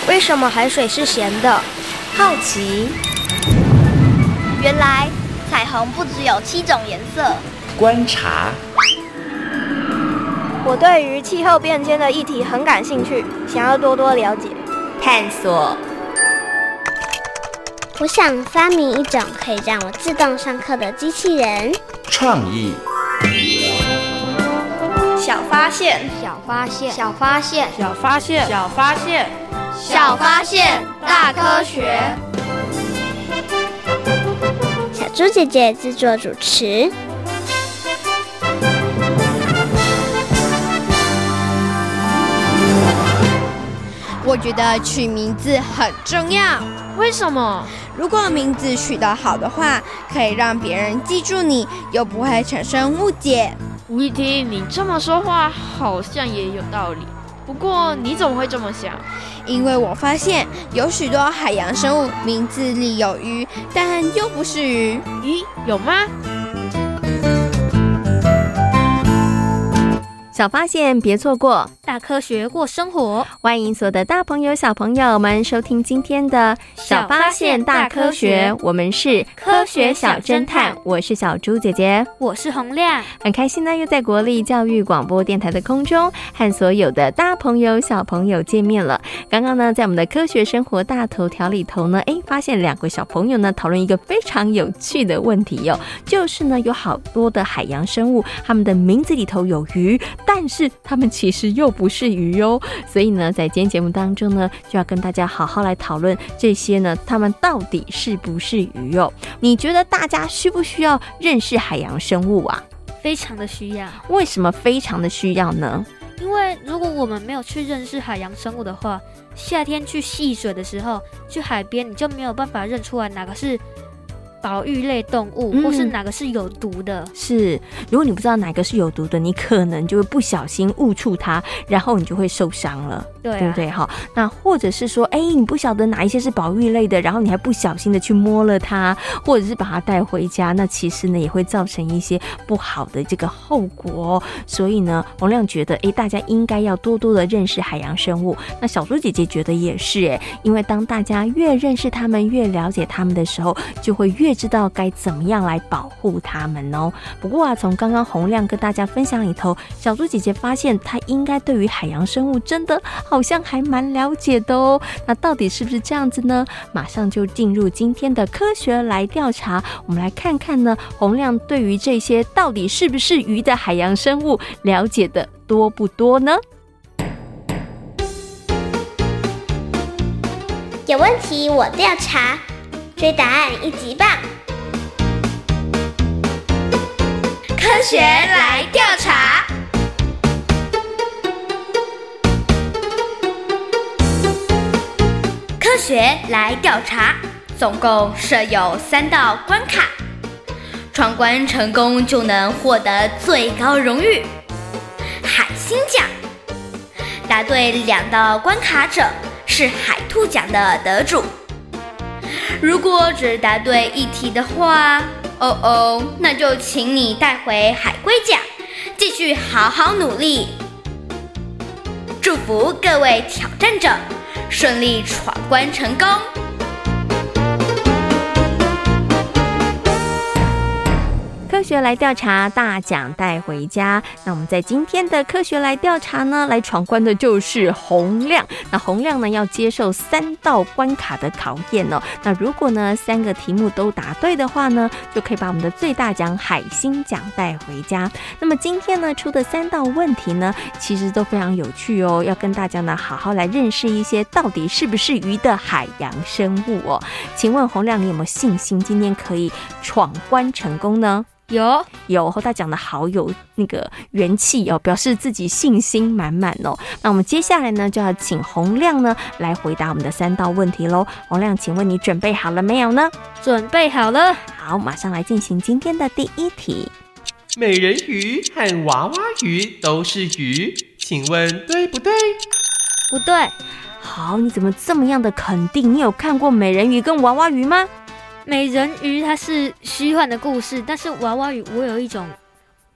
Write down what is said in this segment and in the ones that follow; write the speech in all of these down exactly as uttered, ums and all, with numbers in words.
为什么海水是咸的？ 好奇。 原来彩虹不只有七种颜色。 观察。 我对于气候变迁的议题很感兴趣，想要多多了解。 探索。 我想发明一种可以让我自动上课的机器人。 创意。 小发现， 小发现， 小发现， 小发现， 小发现， 小发现，大科学。 小猪姐姐制作主持。 我觉得取名字很重要。 为什么？ 如果名字取得好的话，可以让别人记住你，又不会产生误解。 吴一婷，你这么说话好像也有道理。不过你怎么会这么想？ 因为我发现有许多海洋生物名字里有鱼，但又不是鱼。 咦，有吗？ 小发现别错过， 大科学过生活。 欢迎所有的大朋友小朋友们收听今天的小发现大科学，我们是科学小侦探，我是小猪姐姐， 我是洪亮。 很开心呢，又在国立教育广播电台的空中和所有的大朋友小朋友见面了。刚刚呢，在我们的科学生活大头条里头呢，哎，发现两个小朋友呢讨论一个非常有趣的问题哦，就是呢有好多的海洋生物，他们的名字里头有鱼，但是他们其实又不是鱼哦，所以呢，在今天节目当中呢，就要跟大家好好来讨论这些呢，他们到底是不是鱼哦？你觉得大家需不需要认识海洋生物啊？ 非常的需要。 为什么非常的需要呢？ 因为如果我们没有去认识海洋生物的话，夏天去戏水的时候，去海边你就没有办法认出来哪个是保育类动物，嗯、或是哪个是有毒的。 是，如果你不知道哪个是有毒的，你可能就会不小心误触它，然后你就会受伤了， 对、啊， 对不对？哈，那或者是说，哎，你不晓得哪一些是保育类的，然后你还不小心的去摸了它，或者是把它带回家，那其实呢也会造成一些不好的这个后果。所以呢，洪亮觉得，哎，大家应该要多多的认识海洋生物。那小猪姐姐觉得也是，哎，因为当大家越认识他们，越了解他们的时候，就会越知道该怎么样来保护他们哦。不过啊，从刚刚洪亮跟大家分享里头，小猪姐姐发现她应该对于海洋生物真的好像还蛮了解的哦。那到底是不是这样子呢？马上就进入今天的科学来调查，我们来看看呢，洪亮对于这些到底是不是鱼的海洋生物了解的多不多呢？ 有问题我调查，追答案一级棒！ 科学来调查。科学来调查，总共设有三道关卡，闯关成功就能获得最高荣誉——海星奖。答对两道关卡者是海兔奖的得主。如果只答对一题的话，哦哦，那就请你带回海龟奖，继续好好努力。祝福各位挑战者顺利闯关成功。 科学来调查，大奖带回家。那我们在今天的科学来调查呢，来闯关的就是洪亮。那洪亮呢，要接受三道关卡的考验哦。那如果呢三个题目都答对的话呢，就可以把我们的最大奖海星奖带回家。那么今天呢出的三道问题呢，其实都非常有趣哦，要跟大家呢好好来认识一些到底是不是鱼的海洋生物哦。请问洪亮，你有没有信心今天可以闯关成功呢？ 有有，后他讲的好有那个元气哦，表示自己信心满满哦。那我们接下来呢，就要请洪亮呢来回答我们的三道问题喽。洪亮，请问你准备好了没有呢？ 准备好了。 好，马上来进行今天的第一题。 美人鱼和娃娃鱼都是鱼，请问对不对？ 不对。 好，你怎么这么样的肯定？你有看过美人鱼跟娃娃鱼吗？ 美人鱼它是虚幻的故事，但是娃娃鱼我有一种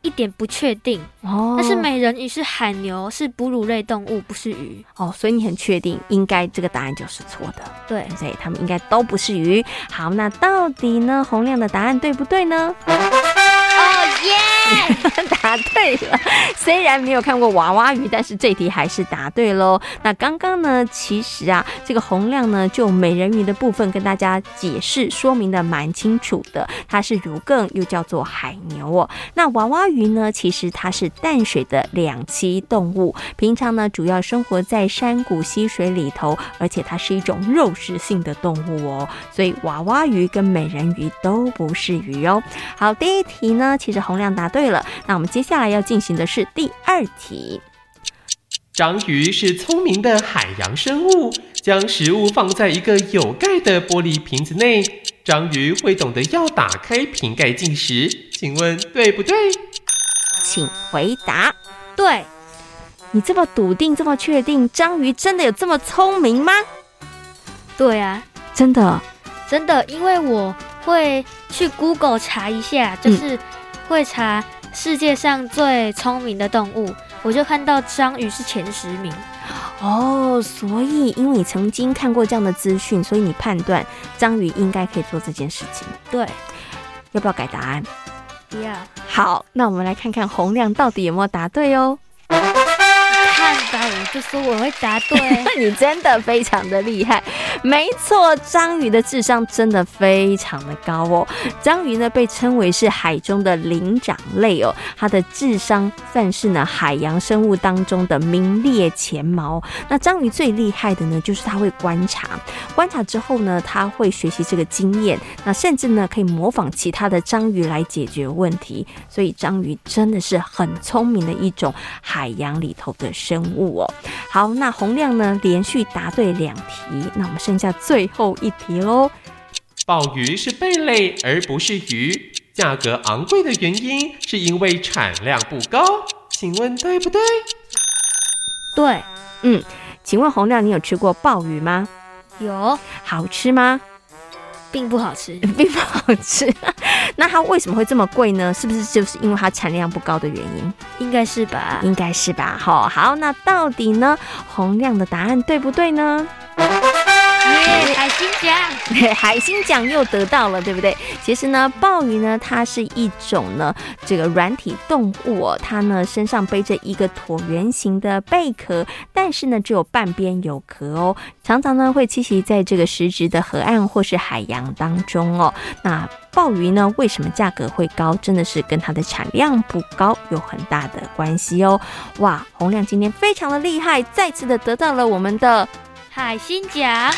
一点不确定哦。但是美人鱼是海牛，是哺乳类动物，不是鱼哦，所以你很确定应该这个答案就是错的， 对， 所以他们应该都不是鱼。好，那到底呢洪亮的答案对不对呢？ 哦耶！ 答对了，虽然没有看过娃娃鱼，但是这题还是答对咯。那刚刚呢，其实啊，这个洪亮呢，就美人鱼的部分跟大家解释说明的蛮清楚的，它是乳更，又叫做海牛哦。那娃娃鱼呢，其实它是淡水的两栖动物，平常呢主要生活在山谷、溪水里头，而且它是一种肉食性的动物哦，所以娃娃鱼跟美人鱼都不是鱼哦。好，第一题呢，其实洪亮答对了，那我们接下来要进行的是第二题。 章鱼是聪明的海洋生物，将食物放在一个有盖的玻璃瓶子内，章鱼会懂得要打开瓶盖进食，请问对不对？ 请回答。 对。 你这么笃定，这么确定，章鱼真的有这么聪明吗？ 对啊， 真的真的，因为我会去 Google 查一下，就是会查世界上最聪明的动物，我就看到章鱼是前十名。 哦，所以因为你曾经看过这样的资讯，所以你判断章鱼应该可以做这件事情。 对， 要不要改答案？ 不要。 好，那我们来看看洪亮到底有没有答对哦。 看吧，我就说我会答对。 你真的非常的厉害，没错，章鱼的智商真的非常的高哦。章鱼呢被称为是海中的灵长类哦，它的智商算是呢海洋生物当中的名列前茅。那章鱼最厉害的呢，就是它会观察，观察之后呢，它会学习这个经验，那甚至呢可以模仿其他的章鱼来解决问题。所以章鱼真的是很聪明的一种海洋里头的生物哦。好，那洪亮呢连续答对两题，那我们剩下最后一题咯。 鲍鱼是贝类而不是鱼，价格昂贵的原因是因为产量不高，请问对不对？ 对。 嗯，请问洪亮，你有吃过鲍鱼吗？ 有。 好吃吗？ 并不好吃。 并不好吃。那它为什么会这么贵呢？是不是就是因为它产量不高的原因？ 应该是吧。 应该是吧。好，好，那到底呢洪亮的答案对不对呢？ 耶，海星奖， 海星奖又得到了，对不对？其实呢，鲍鱼呢，它是一种呢这个软体动物哦，它呢身上背着一个椭圆形的贝壳，但是呢只有半边有壳哦，常常呢会栖息在这个实质的河岸或是海洋当中哦。那鲍鱼呢为什么价格会高？真的是跟它的产量不高有很大的关系哦。哇，洪亮今天非常的厉害，再次的得到了我们的海星奖。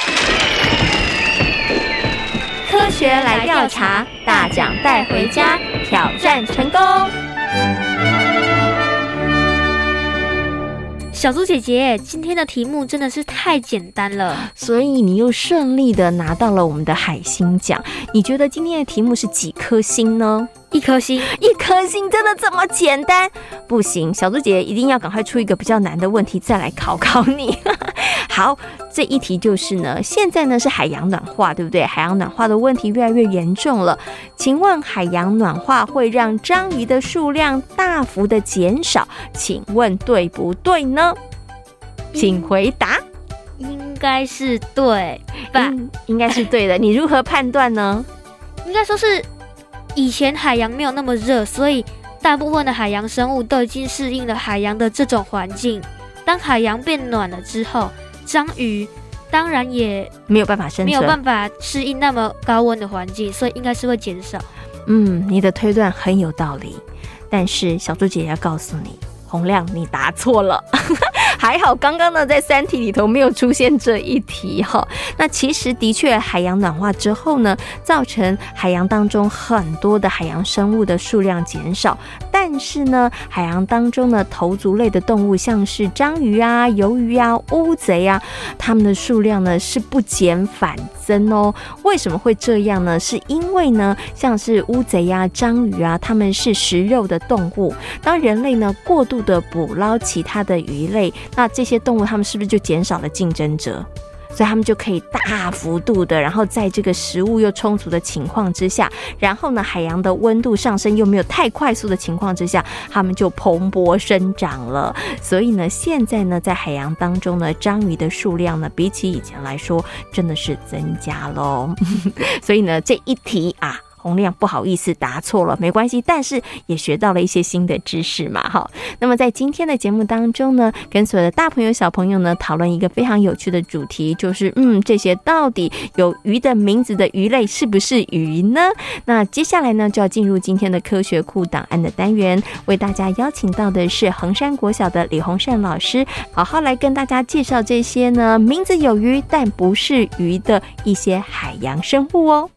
科学来调查，大奖带回家，挑战成功。 小猪姐姐，今天的题目真的是太简单了， 所以你又顺利的拿到了我们的海星奖。你觉得今天的题目是几颗星呢？ 一颗星。 一颗星真的这么简单？不行，小猪姐姐一定要赶快出一个比较难的问题再来考考你。好，这一题就是呢，现在呢是海洋暖化，对不对？海洋暖化的问题越来越严重了。请问海洋暖化会让章鱼的数量大幅的减少，请问对不对呢？请回答。 应该是对吧？ 应, 应该是对的。你如何判断呢？ 应该说是以前海洋没有那么热，所以大部分的海洋生物都已经适应了海洋的这种环境。当海洋变暖了之后，章鱼当然也没有办法生存， 没有办法适应那么高温的环境，所以应该是会减少。 嗯，你的推断很有道理，但是小猪姐姐要告诉你，洪亮你答错了。还好刚刚呢在三题里头没有出现这一题哈。那其实的确海洋暖化之后呢，造成海洋当中很多的海洋生物的数量减少，但是呢海洋当中的头足类的动物，像是章鱼啊、鱿鱼啊、乌贼啊，它们的数量呢是不减反增哦。为什么会这样呢？是因为呢像是乌贼啊、章鱼啊，它们是食肉的动物，当人类呢过度的捕捞其他的鱼类，那这些动物它们是不是就减少了竞争者？ 所以他们就可以大幅度的，然后在这个食物又充足的情况之下，然后呢海洋的温度上升又没有太快速的情况之下，他们就蓬勃生长了。所以呢现在呢在海洋当中呢，章鱼的数量呢比起以前来说真的是增加咯所以呢这一题啊洪亮不好意思答错了，没关系，但是也学到了一些新的知识嘛。好，那么在今天的节目当中呢，跟所有的大朋友小朋友呢讨论一个非常有趣的主题，就是嗯，这些到底有鱼的名字的鱼类是不是鱼呢？那接下来呢就要进入今天的科学库档案的单元，为大家邀请到的是衡山国小的李洪善老师，好好来跟大家介绍这些呢名字有鱼但不是鱼的一些海洋生物哦。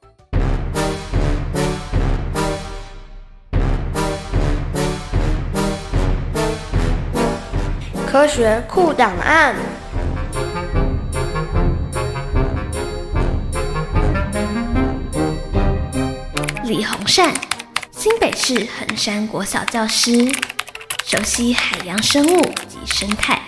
科学库档案。 李洪善，新北市衡山国小教师，熟悉海洋生物及生态。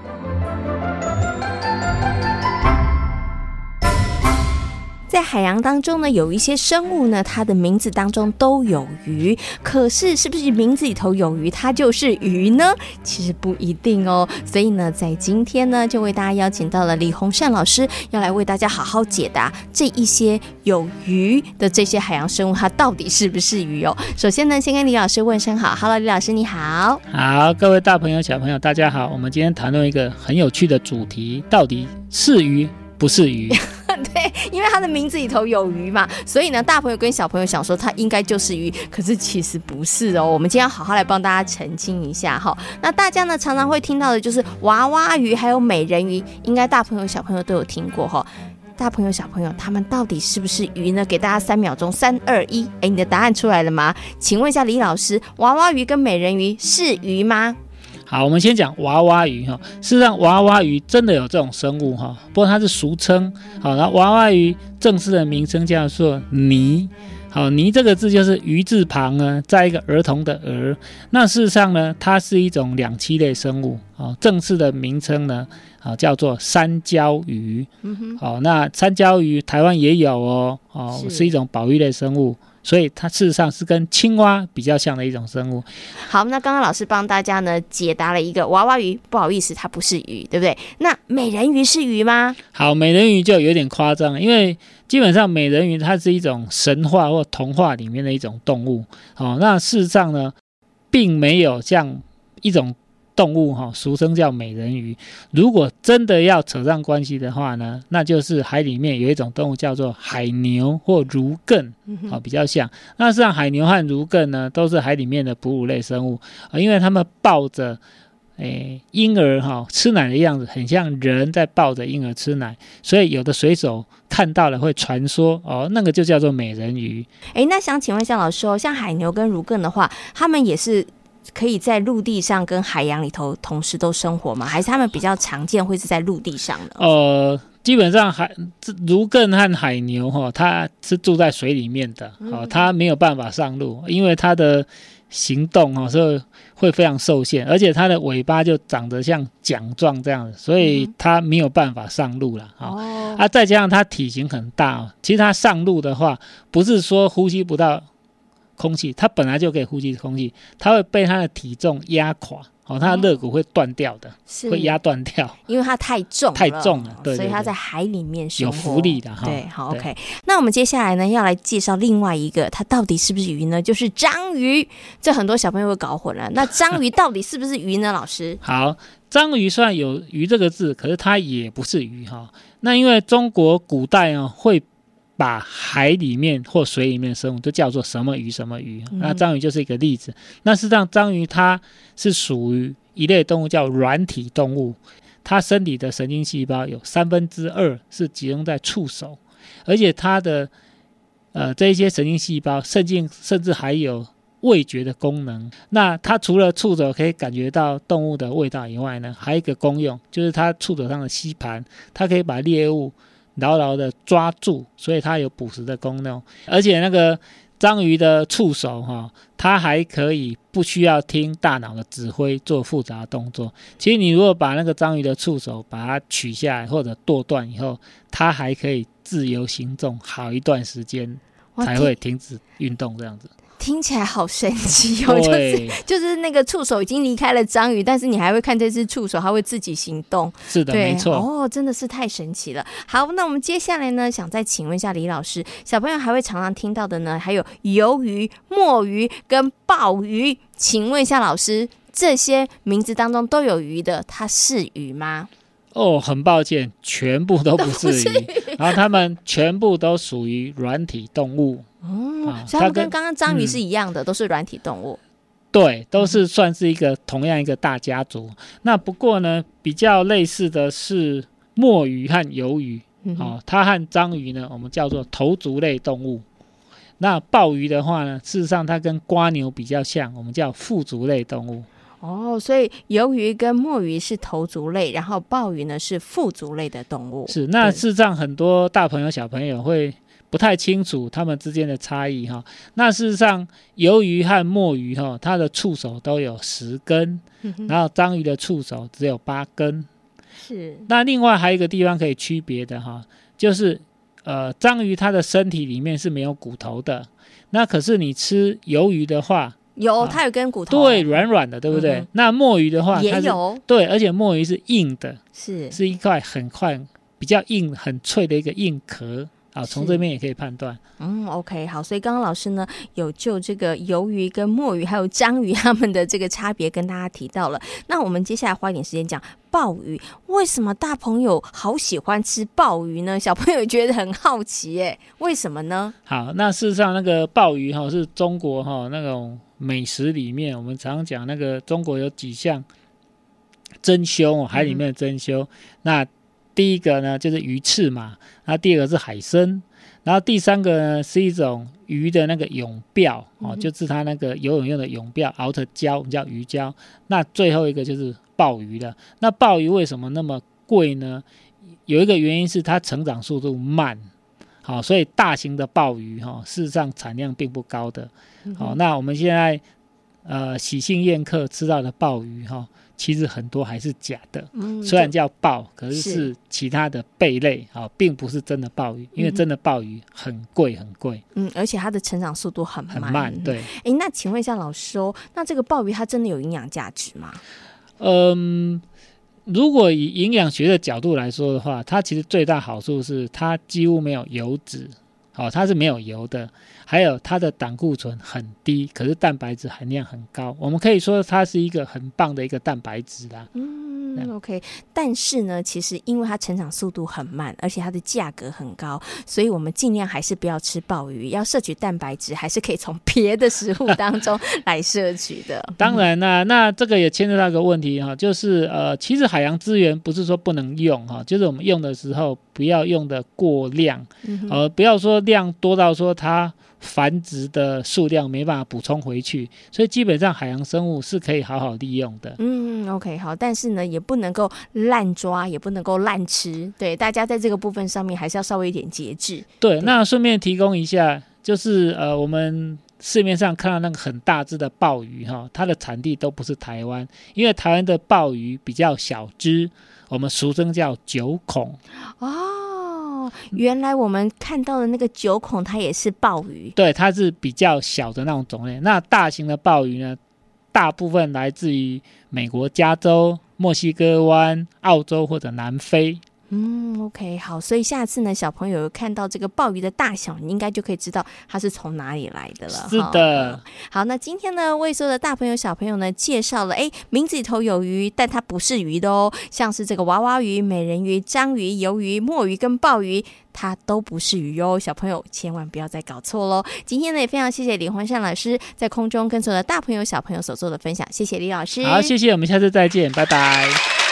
在海洋当中呢，有一些生物呢，它的名字当中都有鱼，可是是不是名字里头有鱼，它就是鱼呢？其实不一定哦。所以呢，在今天呢，就为大家邀请到了李洪善老师，要来为大家好好解答这一些有鱼的这些海洋生物，它到底是不是鱼哦？首先呢，先跟李老师问声好 ，Hello， 李老师你好。 好，各位大朋友小朋友大家好，我们今天谈论一个很有趣的主题，到底是鱼不是鱼？ 对，因为它的名字里头有鱼嘛，所以呢，大朋友跟小朋友想说它应该就是鱼，可是其实不是哦。我们今天要好好来帮大家澄清一下哈。那大家呢常常会听到的就是娃娃鱼，还有美人鱼，应该大朋友小朋友都有听过哈。大朋友小朋友他们到底是不是鱼呢？给大家三秒钟，三二一，哎，你的答案出来了吗？请问一下李老师，娃娃鱼跟美人鱼是鱼吗？ 好，我们先讲娃娃鱼哈。事实上，娃娃鱼真的有这种生物哈，不过它是俗称。好，然后娃娃鱼正式的名称叫做鲵。好，鲵这个字就是鱼字旁呢，在一个儿童的儿。那事实上呢，它是一种两栖类生物。好，正式的名称呢，好叫做山椒鱼。嗯、好，那山椒鱼台湾也有哦，哦是, 是一种保育类生物。所以它事实上是跟青蛙比较像的一种生物。 好，那刚刚老师帮大家呢解答了一个娃娃鱼，不好意思，它不是鱼，对不对？那美人鱼是鱼吗？ 好，美人鱼就有点夸张，因为基本上美人鱼它是一种神话或童话里面的一种动物。哦，那事实上呢，并没有像一种动物哈，俗称叫美人鱼。如果真的要扯上关系的话呢，那就是海里面有一种动物叫做海牛或儒艮，好，比较像。那实际上海牛和儒艮呢，都是海里面的哺乳类生物，因为他们抱着诶婴儿哈吃奶的样子，很像人在抱着婴儿吃奶，所以有的水手看到了会传说哦，那个就叫做美人鱼。 诶，那想请问一下老师哦，像海牛跟儒艮的话，他们也是可以在陆地上跟海洋里头同时都生活吗？还是他们比较常见会是在陆地上呢？ 呃，基本上海儒艮和海牛哈、哦，它是住在水里面的，哦，它没有办法上路，因为它的行动哦是会非常受限，而且它的尾巴就长得像桨状这样子，所以它没有办法上路了。哦哦、啊，再加上它体型很大、哦，其实它上路的话，不是说呼吸不到空气，它本来就可以呼吸空气，它会被它的体重压垮，哦，它的肋骨会断掉的，哦、会压断掉， 因为它太重了， 太重了，对对对， 所以它在海里面生活有浮力的哈。 对，好 ，OK。那我们接下来呢，要来介绍另外一个，它到底是不是鱼呢？就是章鱼，这很多小朋友会搞混了。那章鱼到底是不是鱼呢？老师， 好，章鱼虽然有鱼这个字，可是它也不是鱼哈。那因为中国古代啊会把海里面或水里面的生物都叫做什么鱼什么鱼，嗯、那章鱼就是一个例子。那事实上，章鱼它是属于一类动物，叫软体动物。它身体的神经细胞有三分之二是集中在触手，而且它的呃这一些神经细胞甚至甚至还有味觉的功能。那它除了触手可以感觉到动物的味道以外呢，还有一个功用，就是它触手上的吸盘，它可以把猎物牢牢的抓住，所以它有捕食的功能。而且那个章鱼的触手哈，它还可以不需要听大脑的指挥做复杂的动作。其实你如果把那个章鱼的触手把它取下来或者剁断以后，它还可以自由行动好一段时间才会停止运动这样子。 听起来好神奇哦，就是就是那个触手已经离开了章鱼，但是你还会看这只触手，它会自己行动。 是的，没错。 哦，真的是太神奇了。好，那我们接下来呢，想再请问一下李老师，小朋友还会常常听到的呢，还有鱿鱼、墨鱼跟鲍鱼，请问一下老师，这些名字当中都有鱼的，它是鱼吗？ 哦，很抱歉，全部都不是鱼，然后它们全部都属于软体动物。 哦，啊、所以它们跟刚刚章鱼是一样的，嗯、都是软体动物。 对，都是算是一个、嗯、同样一个大家族。那不过呢，比较类似的是墨鱼和鱿鱼。嗯哦、它和章鱼呢，我们叫做头足类动物。那鲍鱼的话呢，事实上它跟蝸牛比较像，我们叫腹足类动物。 哦，所以鱿鱼跟墨鱼是头足类，然后鲍鱼呢是腹足类的动物。 是，那事实上很多大朋友小朋友会不太清楚它们之间的差异哈。那事实上，鱿鱼和墨鱼哈，它的触手都有十根，嗯、然后章鱼的触手只有八根。 是。那另外还有一个地方可以区别的哈，就是呃，章鱼它的身体里面是没有骨头的，那可是你吃鱿鱼的话。 有，它有根骨头， 对，软软的，对不对？嗯、那墨鱼的话， 也有， 对，而且墨鱼是硬的， 是是一块很块、比较硬、很脆的一个硬壳啊。从这边也可以判断。 嗯 ，OK， 好，所以刚刚老师呢有就这个鱿鱼跟墨鱼还有章鱼它们的这个差别跟大家提到了。那我们接下来花一点时间讲鲍鱼，为什么大朋友好喜欢吃鲍鱼呢？小朋友觉得很好奇耶，为什么呢？ 好，那事实上那个鲍鱼哈是中国哈那种美食里面，我们常讲那个中国有几项珍馐，海里面的珍馐。嗯、那第一个呢就是鱼翅嘛，那第二个是海参，然后第三个呢是一种鱼的那个泳鳔、哦、就是它那个游泳用的泳鳔熬成胶，我们叫鱼胶。那最后一个就是鲍鱼了。那鲍鱼为什么那么贵呢？有一个原因是它成长速度慢。好，所以大型的鲍鱼哈、哦，事实上产量并不高的。好、哦，那我们现在呃喜庆宴客吃到的鲍鱼哈、哦，其实很多还是假的。嗯，虽然叫鲍，可是是其他的贝类啊、哦，并不是真的鲍鱼，因为真的鲍鱼很贵很贵。嗯， 而且它的成长速度很慢。 很慢，对。 哎，那请问一下老师哦，那这个鲍鱼它真的有营养价值吗？ 嗯。如果以营养学的角度来说的话，它其实最大好处是它几乎没有油脂，哦，它是没有油的，还有它的胆固醇很低，可是蛋白质含量很高。我们可以说它是一个很棒的一个蛋白质啦。 嗯 ，OK。但是呢，其实因为它成长速度很慢，而且它的价格很高，所以我们尽量还是不要吃鲍鱼，要摄取蛋白质，还是可以从别的食物当中来摄取的。 当然啦，那这个也牵扯到一个问题哈，就是呃，其实海洋资源不是说不能用哈，就是我们用的时候不要用的过量，嗯、呃，不要说量多到说它繁殖的数量没办法补充回去，所以基本上海洋生物是可以好好利用的。 嗯 ，OK， 好，但是呢，也不能够滥抓，也不能够滥吃，对，大家在这个部分上面还是要稍微一点节制。 对，对，那顺便提供一下，就是呃，我们市面上看到那个很大只的鲍鱼哈，它的产地都不是台湾，因为台湾的鲍鱼比较小只，我们俗称叫九孔。 哦，原来我们看到的那个九孔它也是鲍鱼。 对，它是比较小的那种种类。那大型的鲍鱼呢，大部分来自于美国加州、墨西哥湾、澳洲或者南非。 嗯 ，OK， 好，所以下次呢，小朋友有看到这个鲍鱼的大小，你应该就可以知道它是从哪里来的了。 是的。 好，那今天呢，为所有的大朋友小朋友呢，介绍了，哎，名字里头有鱼，但它不是鱼的哦，像是这个娃娃鱼、美人鱼、章鱼、鱿鱼、墨鱼跟鲍鱼，它都不是鱼哦，小朋友千万不要再搞错咯。今天呢，也非常谢谢李焕善老师在空中跟所有的大朋友小朋友所做的分享，谢谢李老师。 好，谢谢，我们下次再见，拜拜。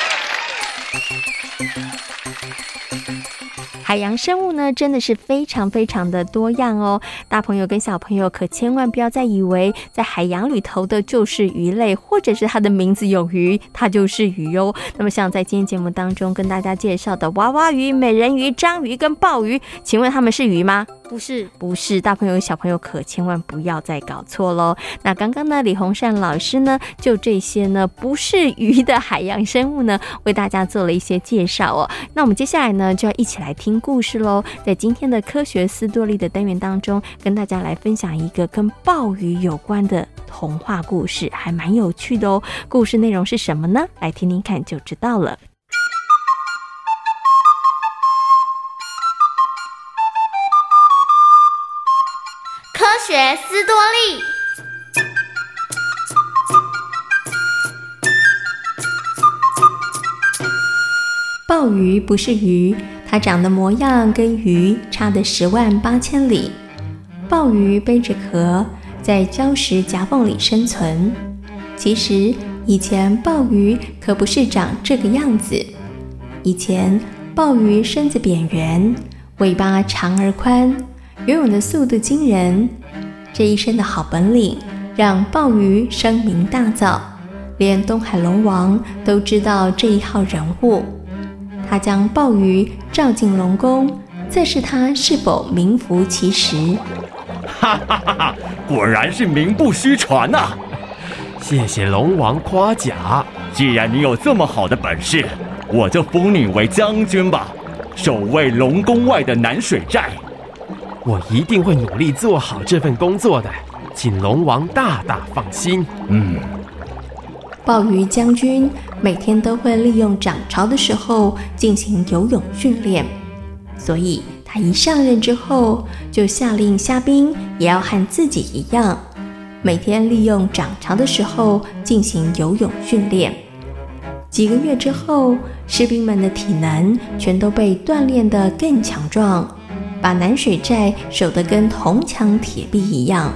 海洋生物呢，真的是非常非常的多样哦。大朋友跟小朋友可千万不要再以为在海洋里头的就是鱼类，或者是它的名字有鱼，它就是鱼哦。那么像在今天节目当中跟大家介绍的娃娃鱼、美人鱼、章鱼跟鲍鱼，请问它们是鱼吗？ 不是， 不是，大朋友小朋友可千万不要再搞错喽。那刚刚呢，李洪善老师呢，就这些呢不是鱼的海洋生物呢，为大家做了一些介绍哦。那我们接下来呢，就要一起来听故事喽。在今天的科学斯多利的单元当中，跟大家来分享一个跟鲍鱼有关的童话故事，还蛮有趣的哦。故事内容是什么呢？来听听看就知道了。 科学斯多利。 鲍鱼不是鱼，它长的模样跟鱼差得十万八千里。鲍鱼背着壳，在礁石夹缝里生存。其实以前鲍鱼可不是长这个样子。以前鲍鱼身子扁圆，尾巴长而宽，游泳的速度惊人。这一身的好本领让鲍鱼声名大噪，连东海龙王都知道这一号人物。他将鲍鱼召进龙宫，测试他是否名副其实。 哈哈哈哈！果然是名不虚传呐、啊！ 谢谢龙王夸奖。 既然你有这么好的本事，我就封你为将军吧，守卫龙宫外的南水寨。 我一定会努力做好这份工作的，请龙王大大放心。 嗯。 鲍鱼将军每天都会利用涨潮的时候进行游泳训练，所以他一上任之后就下令虾兵也要和自己一样，每天利用涨潮的时候进行游泳训练。几个月之后，士兵们的体能全都被锻炼得更强壮，把南水寨守得跟铜墙铁壁一样。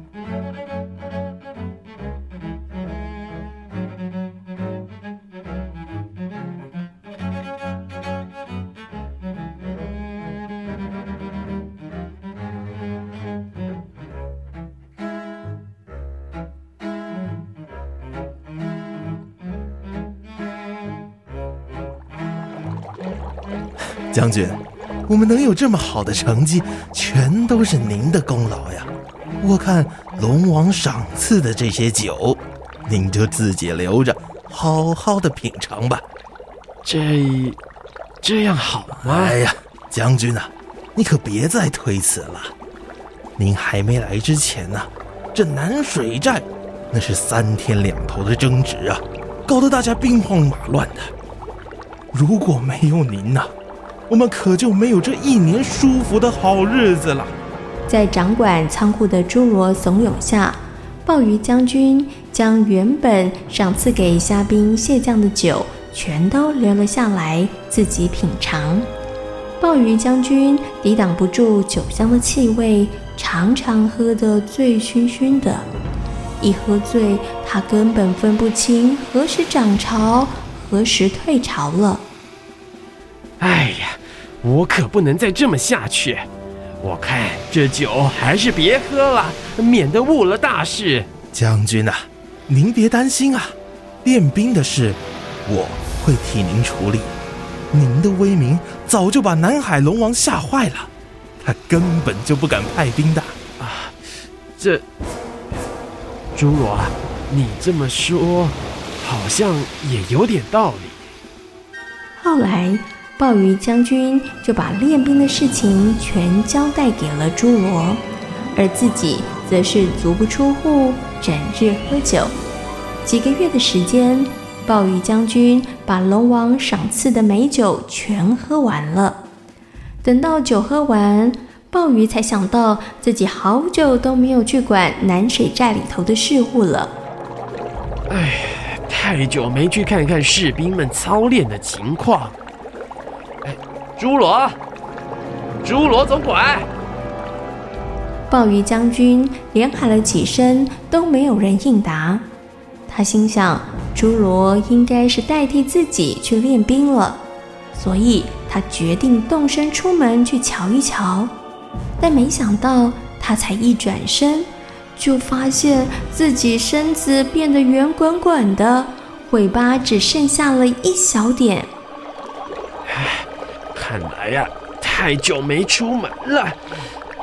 将军，我们能有这么好的成绩，全都是您的功劳呀！我看龙王赏赐的这些酒，您就自己留着，好好的品尝吧。 这这样好吗？ 哎呀，将军啊，你可别再推辞了。您还没来之前呢、啊，这南水寨那是三天两头的争执啊，搞得大家兵荒马乱的。如果没有您呐、啊，我们可就没有这一年舒服的好日子了。 在掌管仓库的侏罗怂恿下，鲍鱼将军将原本赏赐给虾兵蟹将的酒全都留了下来，自己品尝。鲍鱼将军抵挡不住酒香的气味，常常喝得醉醺醺的。一喝醉，他根本分不清何时涨潮，何时退潮了。 哎呀，我可不能再这么下去！我看这酒还是别喝了，免得误了大事。 将军啊，您别担心啊，练兵的事我会替您处理。您的威名早就把南海龙王吓坏了，他根本就不敢派兵的啊。这侏罗啊，你这么说好像也有点道理。 后来鲍鱼将军就把练兵的事情全交代给了侏罗，而自己则是足不出户，整日喝酒。几个月的时间，鲍鱼将军把龙王赏赐的美酒全喝完了。等到酒喝完，鲍鱼才想到自己好久都没有去管南水寨里头的事务了。 哎，太久没去看看士兵们操练的情况。哎，侏罗，侏罗总管！ 鲍鱼将军连喊了几声，都没有人应答。他心想，侏罗应该是代替自己去练兵了，所以他决定动身出门去瞧一瞧。但没想到，他才一转身，就发现自己身子变得圆滚滚的，尾巴只剩下了一小点。 唉，看来呀，太久没出门了，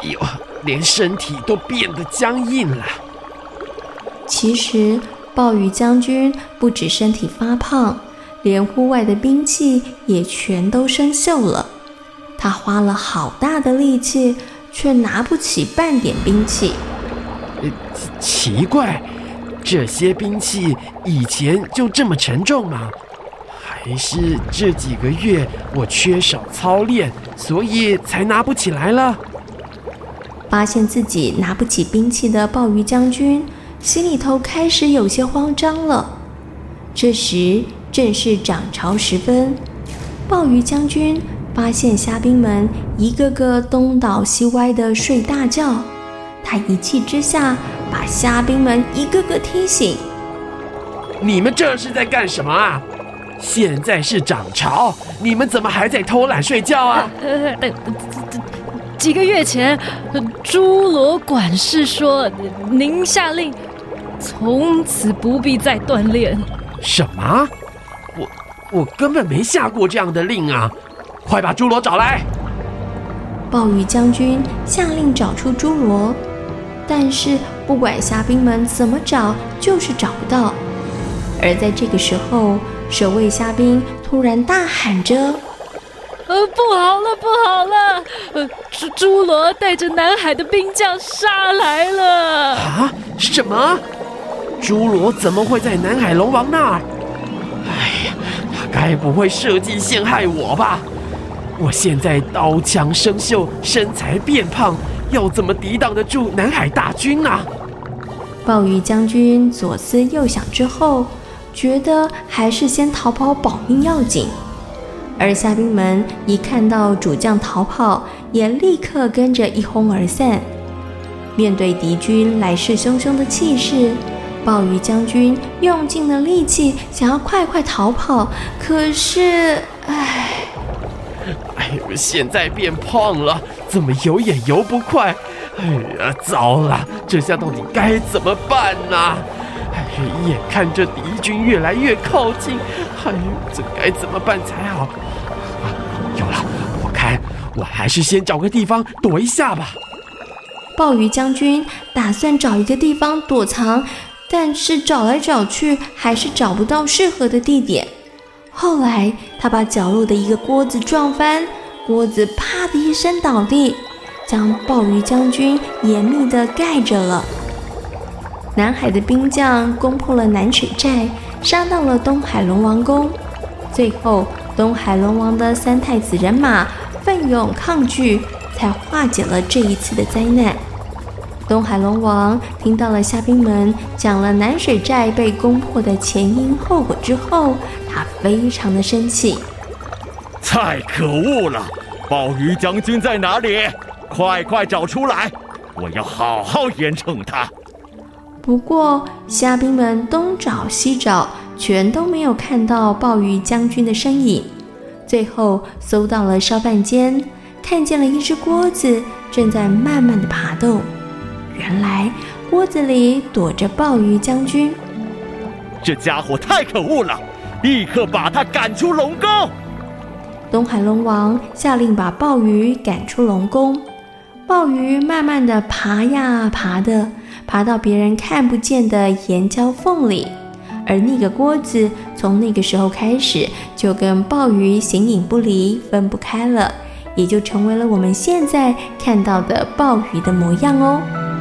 呦，连身体都变得僵硬了。 其实鲍鱼将军不止身体发胖，连户外的兵器也全都生锈了。他花了好大的力气，却拿不起半点兵器。 呃，奇怪，这些兵器以前就这么沉重吗？还是这几个月我缺少操练，所以才拿不起来了？ 发现自己拿不起兵器的鲍鱼将军，心里头开始有些慌张了。这时正是涨潮时分，鲍鱼将军发现虾兵们一个个东倒西歪的睡大觉，他一气之下把虾兵们一个个踢醒。 你们这是在干什么啊？现在是涨潮，你们怎么还在偷懒睡觉啊？ 呃呃几个月前，侏罗管事说您下令从此不必再锻炼。 什么？我我根本没下过这样的令啊！快把侏罗找来！ 鲍鱼将军下令找出侏罗，但是不管虾兵们怎么找，就是找不到。而在这个时候，守卫虾兵突然大喊着： 呃，不好了，不好了！呃，侏侏罗带着南海的兵将杀来了！ 啊？什么？侏罗怎么会在南海龙王那儿？哎呀，他该不会设计陷害我吧？我现在刀枪生锈，身材变胖，要怎么抵挡得住南海大军啊？ 鲍鱼将军左思右想之后，觉得还是先逃跑保命要紧。而虾兵们一看到主将逃跑，也立刻跟着一哄而散。面对敌军来势汹汹的气势，鲍鱼将军用尽了力气，想要快快逃跑，可是，唉， 哎呦，现在变胖了，怎么游也游不快？哎呀，糟了，这下到底该怎么办呢？哎呀，眼看着敌军越来越靠近，哎呦，这该怎么办才好？啊，有了，我看我还是先找个地方躲一下吧。 鲍鱼将军打算找一个地方躲藏，但是找来找去还是找不到适合的地点。后来他把角落的一个锅子撞翻，锅子啪的一声倒地，将鲍鱼将军严密地盖着了。南海的兵将攻破了南水寨，杀到了东海龙王宫。最后东海龙王的三太子人马奋勇抗拒，才化解了这一次的灾难。东海龙王听到了虾兵们讲了南水寨被攻破的前因后果之后，他非常的生气。 太可恶了！鲍鱼将军在哪里？快快找出来！我要好好严惩他。 不过虾兵们东找西找，全都没有看到鲍鱼将军的身影。最后搜到了烧饭间，看见了一只锅子正在慢慢的爬动。原来锅子里躲着鲍鱼将军。 这家伙太可恶了，立刻把他赶出龙宫！ 东海龙王下令把鲍鱼赶出龙宫。鲍鱼慢慢的爬呀爬的，爬到别人看不见的岩礁缝里，而那个锅子从那个时候开始就跟鲍鱼形影不离，分不开了，也就成为了我们现在看到的鲍鱼的模样哦。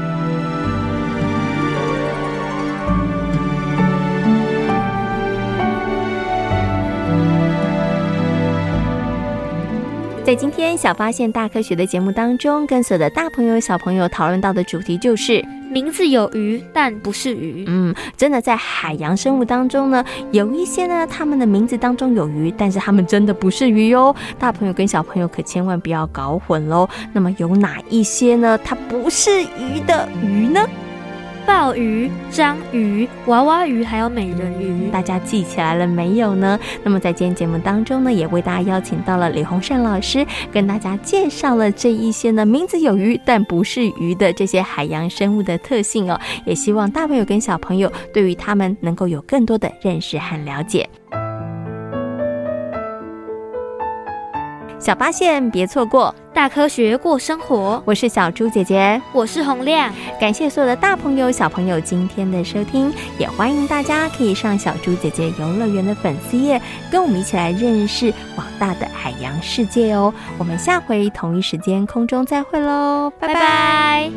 在今天小发现大科学的节目当中，跟所有的大朋友小朋友讨论到的主题就是名字有鱼，但不是鱼。 嗯，真的在海洋生物当中呢，有一些呢，它们的名字当中有鱼，但是它们真的不是鱼哦。大朋友跟小朋友可千万不要搞混喽。那么有哪一些呢？它不是鱼的鱼呢？ 鲍鱼、章鱼、娃娃鱼还有美人鱼， 大家记起来了没有呢？那么在今天节目当中呢，也为大家邀请到了李洪善老师，跟大家介绍了这一些呢名字有鱼但不是鱼的这些海洋生物的特性哦。也希望大朋友跟小朋友对于他们能够有更多的认识和了解。 小发现别错过， 大科学过生活。 我是小猪姐姐， 我是洪亮。 感谢所有的大朋友小朋友今天的收听，也欢迎大家可以上小猪姐姐游乐园的粉丝页，跟我们一起来认识广大的海洋世界哦。我们下回同一时间空中再会喽，拜拜。 拜拜。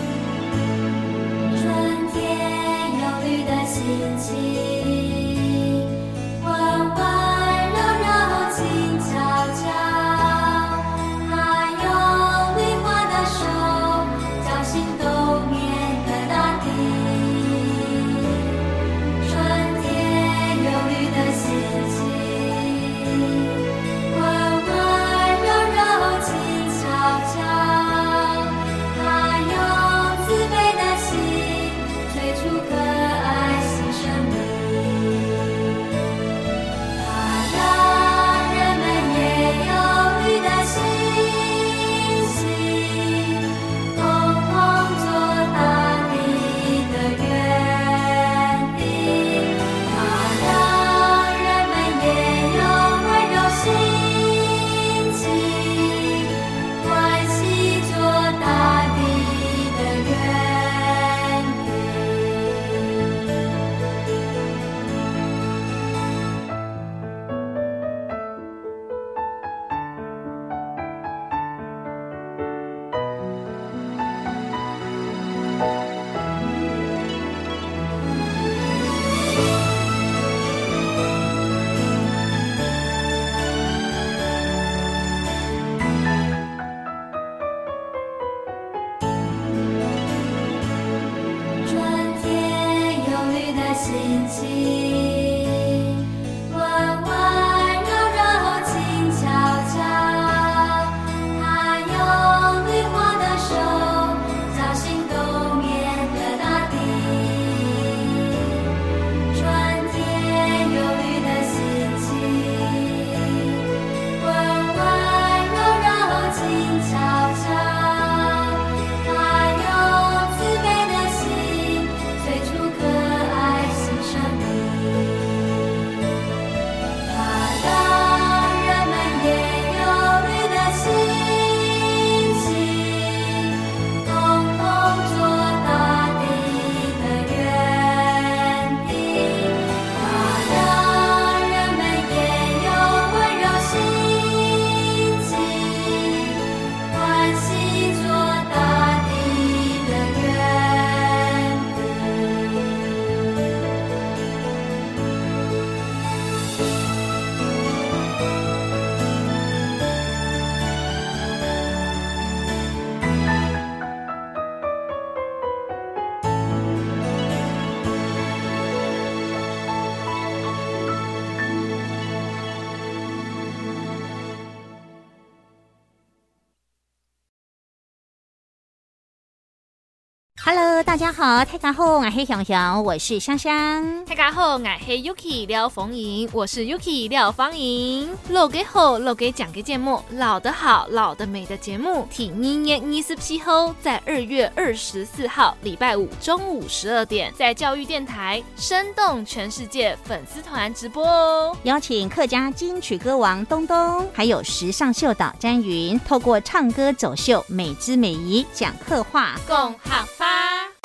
春天有绿的心情，弯弯绕绕静悄悄，还有绿花的手叫醒冬眠的大地。春天有绿的心情，弯弯绕绕静悄悄，还有慈悲的心催出可爱新生命。它让人们也有绿的心情，共同做大地的园丁。它让人们也有温柔心情，关系做大地的园丁。春天有绿的心情，弯弯绕绕静悄悄，还有绿花的手叫醒冬眠的大地。春天有绿的心情，弯弯绕绕静悄悄，还有慈悲的心催出可爱新生命。它让人们也有绿的心情，共同做大地的园丁。它让人们也有温柔心情，关系做大地的园丁。 Hello， 大家好，大家好，我是香香，我是香香。 大家好，我是 Yuki 廖凤莹，我是 Yuki 廖芳莹。老给好，老给讲个节目，老的好，老的美的节目，体二月二十七号在二月二十四号礼拜五中午十二点，在教育电台生动全世界粉丝团直播哦。 邀请客家金曲歌王东东，还有时尚秀导詹云，透过唱歌走秀，美姿美仪讲客话， 共好发。